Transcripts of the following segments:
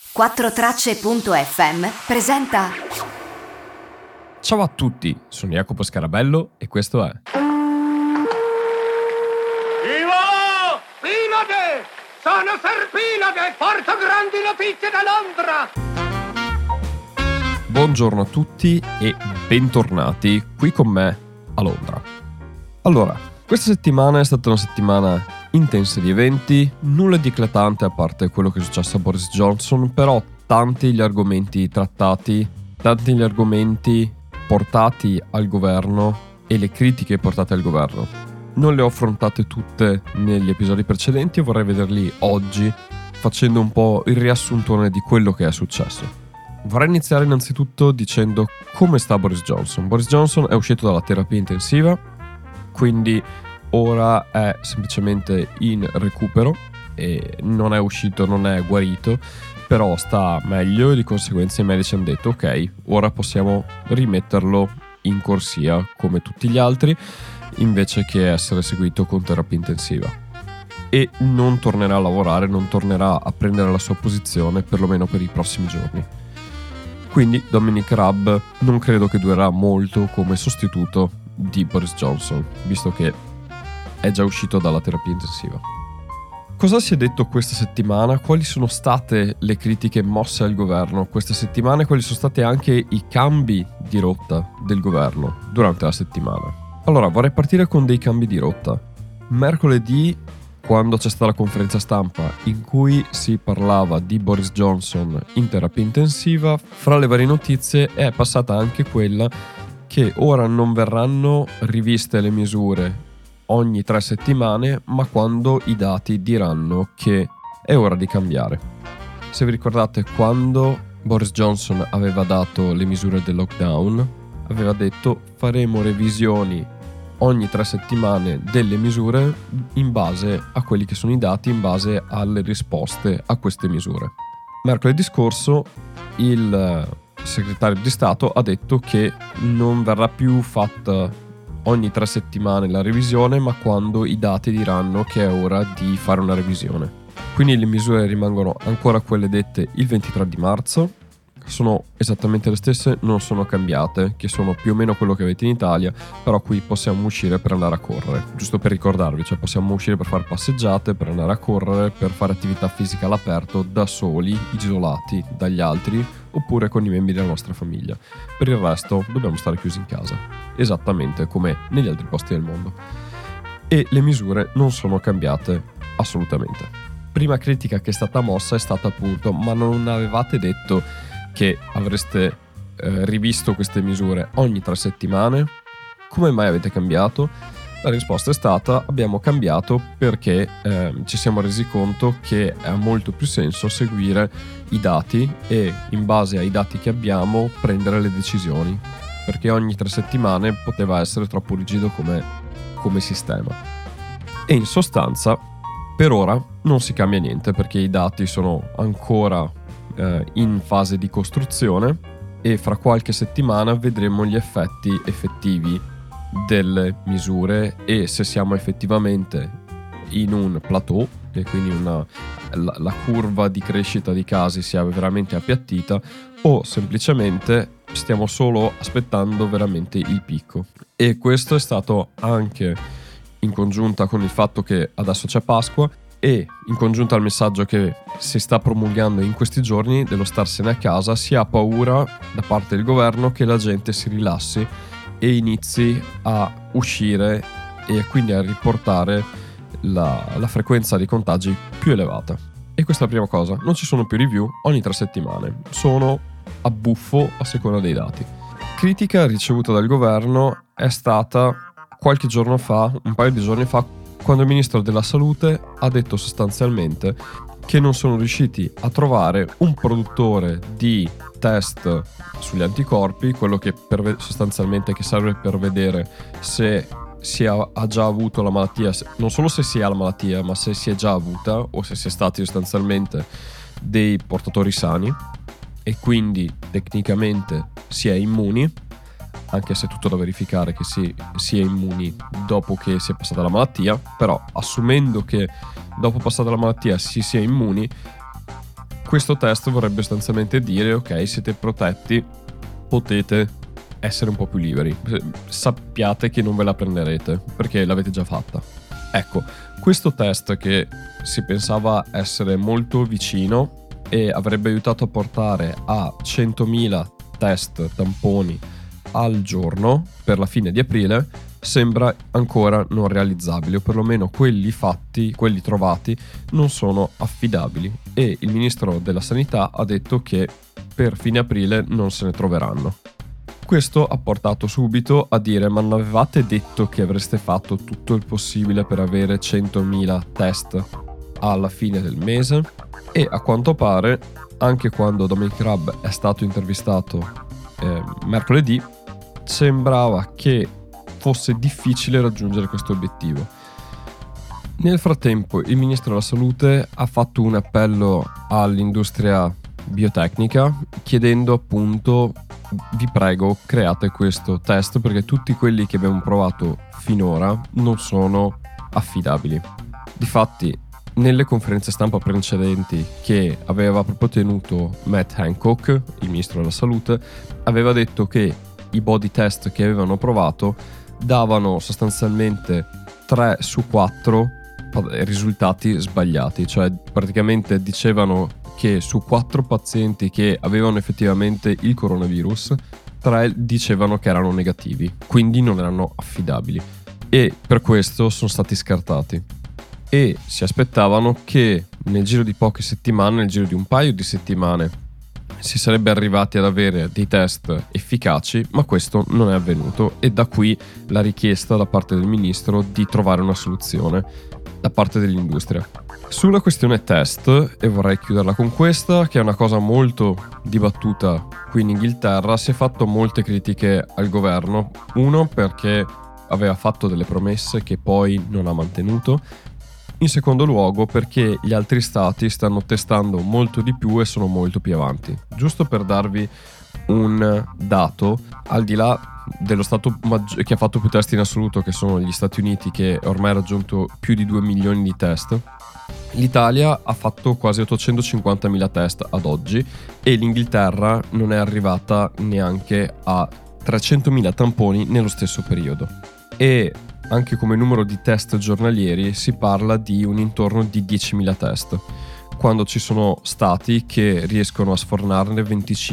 4Tracce.fm presenta. Ciao a tutti, sono Jacopo Scarabello e questo è Pilade! Sono Serpilade! Porto grandi notizie da Londra! Buongiorno a tutti e bentornati qui con me a Londra. Allora, questa settimana è stata una settimana intensa di eventi, nulla di eclatante a parte quello che è successo a Boris Johnson, però tanti gli argomenti trattati, tanti gli argomenti portati al governo e le critiche portate al governo. Non le ho affrontate tutte negli episodi precedenti e vorrei vederli oggi facendo un po' il riassuntone di quello che è successo. Vorrei iniziare innanzitutto dicendo come sta Boris Johnson. Boris Johnson è uscito dalla terapia intensiva, quindi ora è semplicemente in recupero e non è uscito, non è guarito, però sta meglio e di conseguenza i medici hanno detto ok, ora possiamo rimetterlo in corsia come tutti gli altri invece che essere seguito con terapia intensiva, e non tornerà a lavorare, non tornerà a prendere la sua posizione perlomeno per i prossimi giorni. Quindi Dominic Raab non credo che durerà molto come sostituto di Boris Johnson, visto che è già uscito dalla terapia intensiva. Cosa si è detto questa settimana? Quali sono state le critiche mosse al governo questa settimana e quali sono stati anche i cambi di rotta del governo durante la settimana? Allora, vorrei partire con dei cambi di rotta. Mercoledì, quando c'è stata la conferenza stampa in cui si parlava di Boris Johnson in terapia intensiva, fra le varie notizie è passata anche quella che ora non verranno riviste le misure ogni 3 settimane, ma quando i dati diranno che è ora di cambiare. Se vi ricordate, quando Boris Johnson aveva dato le misure del lockdown, aveva detto faremo revisioni ogni 3 settimane delle misure in base a quelli che sono i dati, in base alle risposte a queste misure. Mercoledì scorso il segretario di Stato ha detto che non verrà più fatta ogni 3 settimane la revisione, ma quando i dati diranno che è ora di fare una revisione. Quindi le misure rimangono ancora quelle dette il 23 di marzo, sono esattamente le stesse, non sono cambiate, che sono più o meno quello che avete in Italia, però qui possiamo uscire per andare a correre, giusto per ricordarvi, cioè possiamo uscire per fare passeggiate, per andare a correre, per fare attività fisica all'aperto, da soli, isolati dagli altri, oppure con i membri della nostra famiglia. Per il resto dobbiamo stare chiusi in casa, esattamente come negli altri posti del mondo. E le misure non sono cambiate assolutamente. Prima critica che è stata mossa è stata appunto: ma non avevate detto che avreste rivisto queste misure ogni 3 settimane? Come mai avete cambiato? La risposta è stata: abbiamo cambiato perché ci siamo resi conto che ha molto più senso seguire i dati e in base ai dati che abbiamo prendere le decisioni, perché ogni 3 settimane poteva essere troppo rigido come sistema. E in sostanza per ora non si cambia niente, perché i dati sono ancora in fase di costruzione e fra qualche settimana vedremo gli effettivi delle misure e se siamo effettivamente in un plateau, e quindi la curva di crescita di casi sia veramente appiattita, o semplicemente stiamo solo aspettando veramente il picco. E questo è stato anche in congiunta con il fatto che adesso c'è Pasqua e in congiunta al messaggio che si sta promulgando in questi giorni dello starsene a casa. Si ha paura da parte del governo che la gente si rilassi e inizi a uscire e quindi a riportare la frequenza dei contagi più elevata. E questa è la prima cosa: non ci sono più review ogni 3 settimane, sono a buffo a seconda dei dati. Critica ricevuta dal governo è stata qualche giorno fa, un paio di giorni fa, quando il ministro della salute ha detto sostanzialmente che non sono riusciti a trovare un produttore di test sugli anticorpi, quello che sostanzialmente che serve per vedere se si ha già avuto la malattia, non solo se si ha la malattia, ma se si è già avuta o se si è stati sostanzialmente dei portatori sani e quindi tecnicamente si è immuni, anche se è tutto da verificare che si è immuni dopo che si è passata la malattia, però assumendo che dopo passata la malattia si sia immuni, questo test vorrebbe sostanzialmente dire: ok, siete protetti, potete essere un po' più liberi, sappiate che non ve la prenderete perché l'avete già fatta. Ecco, questo test, che si pensava essere molto vicino e avrebbe aiutato a portare a 100.000 test tamponi al giorno per la fine di aprile, sembra ancora non realizzabile, o perlomeno quelli trovati non sono affidabili, e il ministro della sanità ha detto che per fine aprile non se ne troveranno. Questo ha portato subito a dire: ma non avevate detto che avreste fatto tutto il possibile per avere 100.000 test alla fine del mese? E a quanto pare, anche quando Dominic Raab è stato intervistato mercoledì, sembrava che fosse difficile raggiungere questo obiettivo. Nel frattempo il ministro della salute ha fatto un appello all'industria biotecnica chiedendo appunto: vi prego, create questo test perché tutti quelli che abbiamo provato finora non sono affidabili. Difatti, nelle conferenze stampa precedenti che aveva proprio tenuto Matt Hancock, il ministro della salute, aveva detto che i body test che avevano provato davano sostanzialmente 3 su 4 risultati sbagliati, cioè praticamente dicevano che su 4 pazienti che avevano effettivamente il coronavirus, 3 dicevano che erano negativi, quindi non erano affidabili, e per questo sono stati scartati. E si aspettavano che nel giro di poche settimane, nel giro di un paio di settimane, si sarebbe arrivati ad avere dei test efficaci, ma questo non è avvenuto, e da qui la richiesta da parte del ministro di trovare una soluzione da parte dell'industria. Sulla questione test, e vorrei chiuderla con questa, che è una cosa molto dibattuta qui in Inghilterra, si è fatto molte critiche al governo. Uno, perché aveva fatto delle promesse che poi non ha mantenuto. In secondo luogo, perché gli altri stati stanno testando molto di più e sono molto più avanti. Giusto per darvi un dato, al di là dello stato che ha fatto più test in assoluto, che sono gli Stati Uniti, che ormai ha raggiunto più di 2 milioni di test, l'Italia ha fatto quasi 850.000 test ad oggi, e l'Inghilterra non è arrivata neanche a 300.000 tamponi nello stesso periodo. E anche come numero di test giornalieri si parla di un intorno di 10.000 test, quando ci sono stati che riescono a sfornarne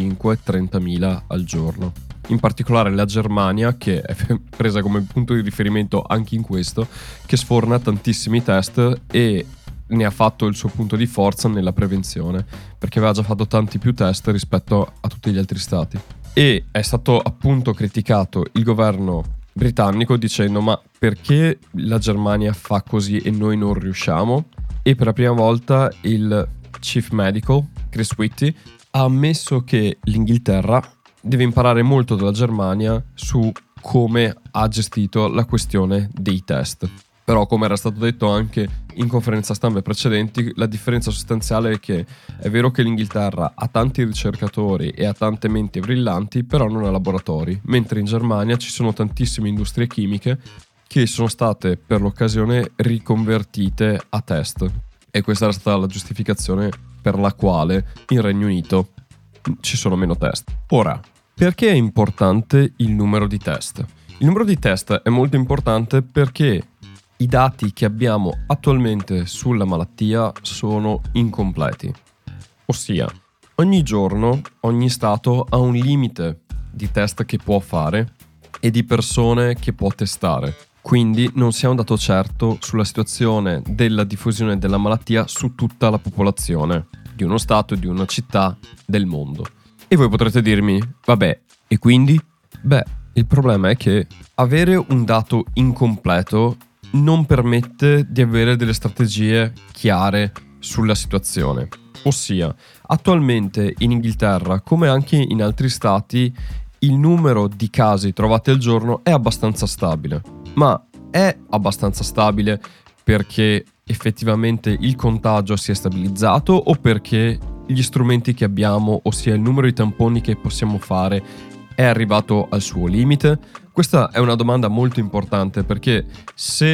25-30.000 al giorno. In particolare la Germania, che è presa come punto di riferimento anche in questo, che sforna tantissimi test e ne ha fatto il suo punto di forza nella prevenzione, perché aveva già fatto tanti più test rispetto a tutti gli altri stati. E è stato appunto criticato il governo britannico dicendo: ma perché la Germania fa così e noi non riusciamo? E per la prima volta il Chief Medical, Chris Whitty, ha ammesso che l'Inghilterra deve imparare molto dalla Germania su come ha gestito la questione dei test. Però, come era stato detto anche in conferenza stampa precedenti, la differenza sostanziale è che è vero che l'Inghilterra ha tanti ricercatori e ha tante menti brillanti, però non ha laboratori, mentre in Germania ci sono tantissime industrie chimiche che sono state per l'occasione riconvertite a test, e questa era stata la giustificazione per la quale in Regno Unito ci sono meno test. Ora, perché è importante il numero di test? Il numero di test è molto importante perché i dati che abbiamo attualmente sulla malattia sono incompleti. Ossia, ogni giorno ogni stato ha un limite di test che può fare e di persone che può testare. Quindi non si ha un dato certo sulla situazione della diffusione della malattia su tutta la popolazione di uno stato, di una città, del mondo. E voi potrete dirmi: vabbè, e quindi? Beh, il problema è che avere un dato incompleto non permette di avere delle strategie chiare sulla situazione. Ossia, attualmente in Inghilterra, come anche in altri stati, il numero di casi trovati al giorno è abbastanza stabile. Ma è abbastanza stabile perché effettivamente il contagio si è stabilizzato, o perché gli strumenti che abbiamo, ossia il numero di tamponi che possiamo fare, è arrivato al suo limite? Questa è una domanda molto importante, perché se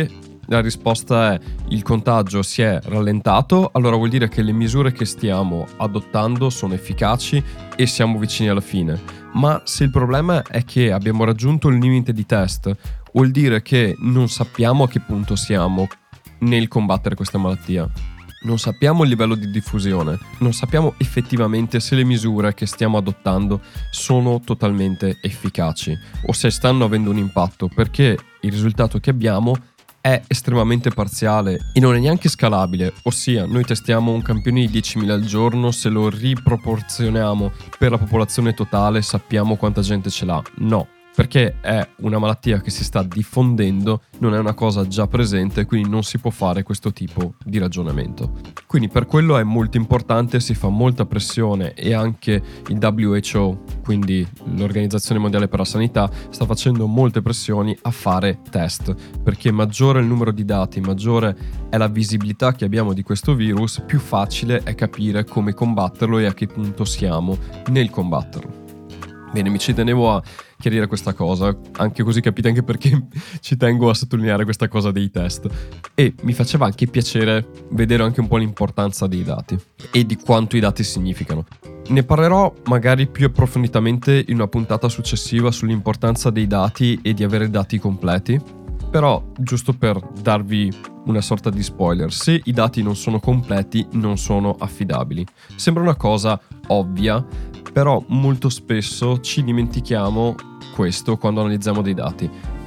la risposta è: il contagio si è rallentato, allora vuol dire che le misure che stiamo adottando sono efficaci e siamo vicini alla fine. Ma se il problema è che abbiamo raggiunto il limite di test, vuol dire che non sappiamo a che punto siamo nel combattere questa malattia. Non sappiamo il livello di diffusione, non sappiamo effettivamente se le misure che stiamo adottando sono totalmente efficaci o se stanno avendo un impatto, perché il risultato che abbiamo è estremamente parziale e non è neanche scalabile, ossia noi testiamo un campione di 10.000 al giorno, se lo riproporzioniamo per la popolazione totale sappiamo quanta gente ce l'ha. No. Perché è una malattia che si sta diffondendo, non è una cosa già presente, quindi non si può fare questo tipo di ragionamento. Quindi per quello è molto importante, si fa molta pressione e anche il WHO, quindi l'Organizzazione Mondiale per la Sanità, sta facendo molte pressioni a fare test, perché maggiore è il numero di dati, maggiore è la visibilità che abbiamo di questo virus, più facile è capire come combatterlo e a che punto siamo nel combatterlo. Bene, mi ci tenevo a chiarire questa cosa, anche così capite anche perché ci tengo a sottolineare questa cosa dei test. E mi faceva anche piacere vedere anche un po' l'importanza dei dati e di quanto i dati significano. Ne parlerò magari più approfonditamente in una puntata successiva sull'importanza dei dati e di avere dati completi, però giusto per darvi una sorta di spoiler, se i dati non sono completi non sono affidabili. Sembra una cosa ovvia, però molto spesso ci dimentichiamo questo quando analizziamo dei dati.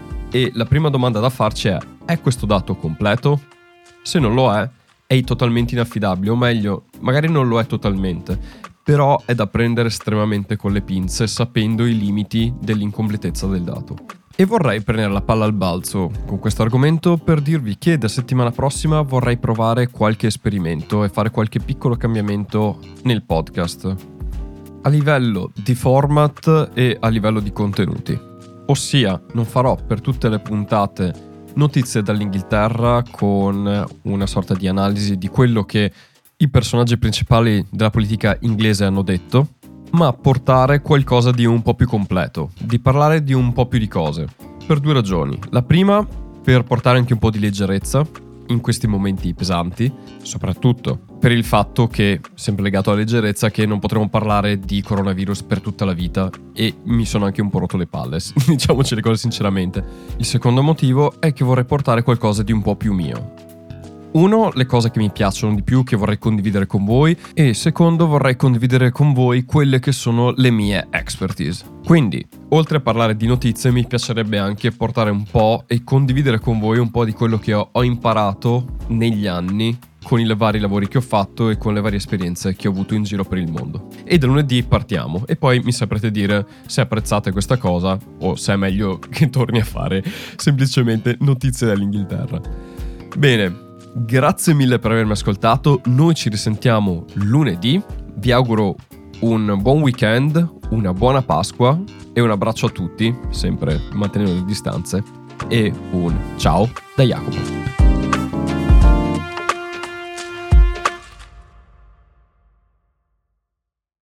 E la prima domanda da farci è questo dato completo? Se non lo è totalmente inaffidabile, o meglio, magari non lo è totalmente, però è da prendere estremamente con le pinze sapendo i limiti dell'incompletezza del dato. E vorrei prendere la palla al balzo con questo argomento per dirvi che da settimana prossima vorrei provare qualche esperimento e fare qualche piccolo cambiamento nel podcast, a livello di format e a livello di contenuti. Ossia, non farò per tutte le puntate notizie dall'Inghilterra con una sorta di analisi di quello che i personaggi principali della politica inglese hanno detto, ma portare qualcosa di un po' più completo, di parlare di un po' più di cose, per due ragioni. La prima, per portare anche un po' di leggerezza in questi momenti pesanti, soprattutto per il fatto che, sempre legato alla leggerezza, che non potremo parlare di coronavirus per tutta la vita e mi sono anche un po' rotto le palle, diciamoci le cose sinceramente. Il secondo motivo è che vorrei portare qualcosa di un po' più mio. Uno, le cose che mi piacciono di più, che vorrei condividere con voi, e secondo, vorrei condividere con voi quelle che sono le mie expertise. Quindi, oltre a parlare di notizie, mi piacerebbe anche portare un po' e condividere con voi un po' di quello che ho imparato negli anni con i vari lavori che ho fatto e con le varie esperienze che ho avuto in giro per il mondo. E da lunedì partiamo e poi mi saprete dire se apprezzate questa cosa o se è meglio che torni a fare semplicemente notizie dall'Inghilterra. Bene. Grazie mille per avermi ascoltato, noi ci risentiamo lunedì, vi auguro un buon weekend, una buona Pasqua e un abbraccio a tutti, sempre mantenendo le distanze, e un ciao da Jacopo.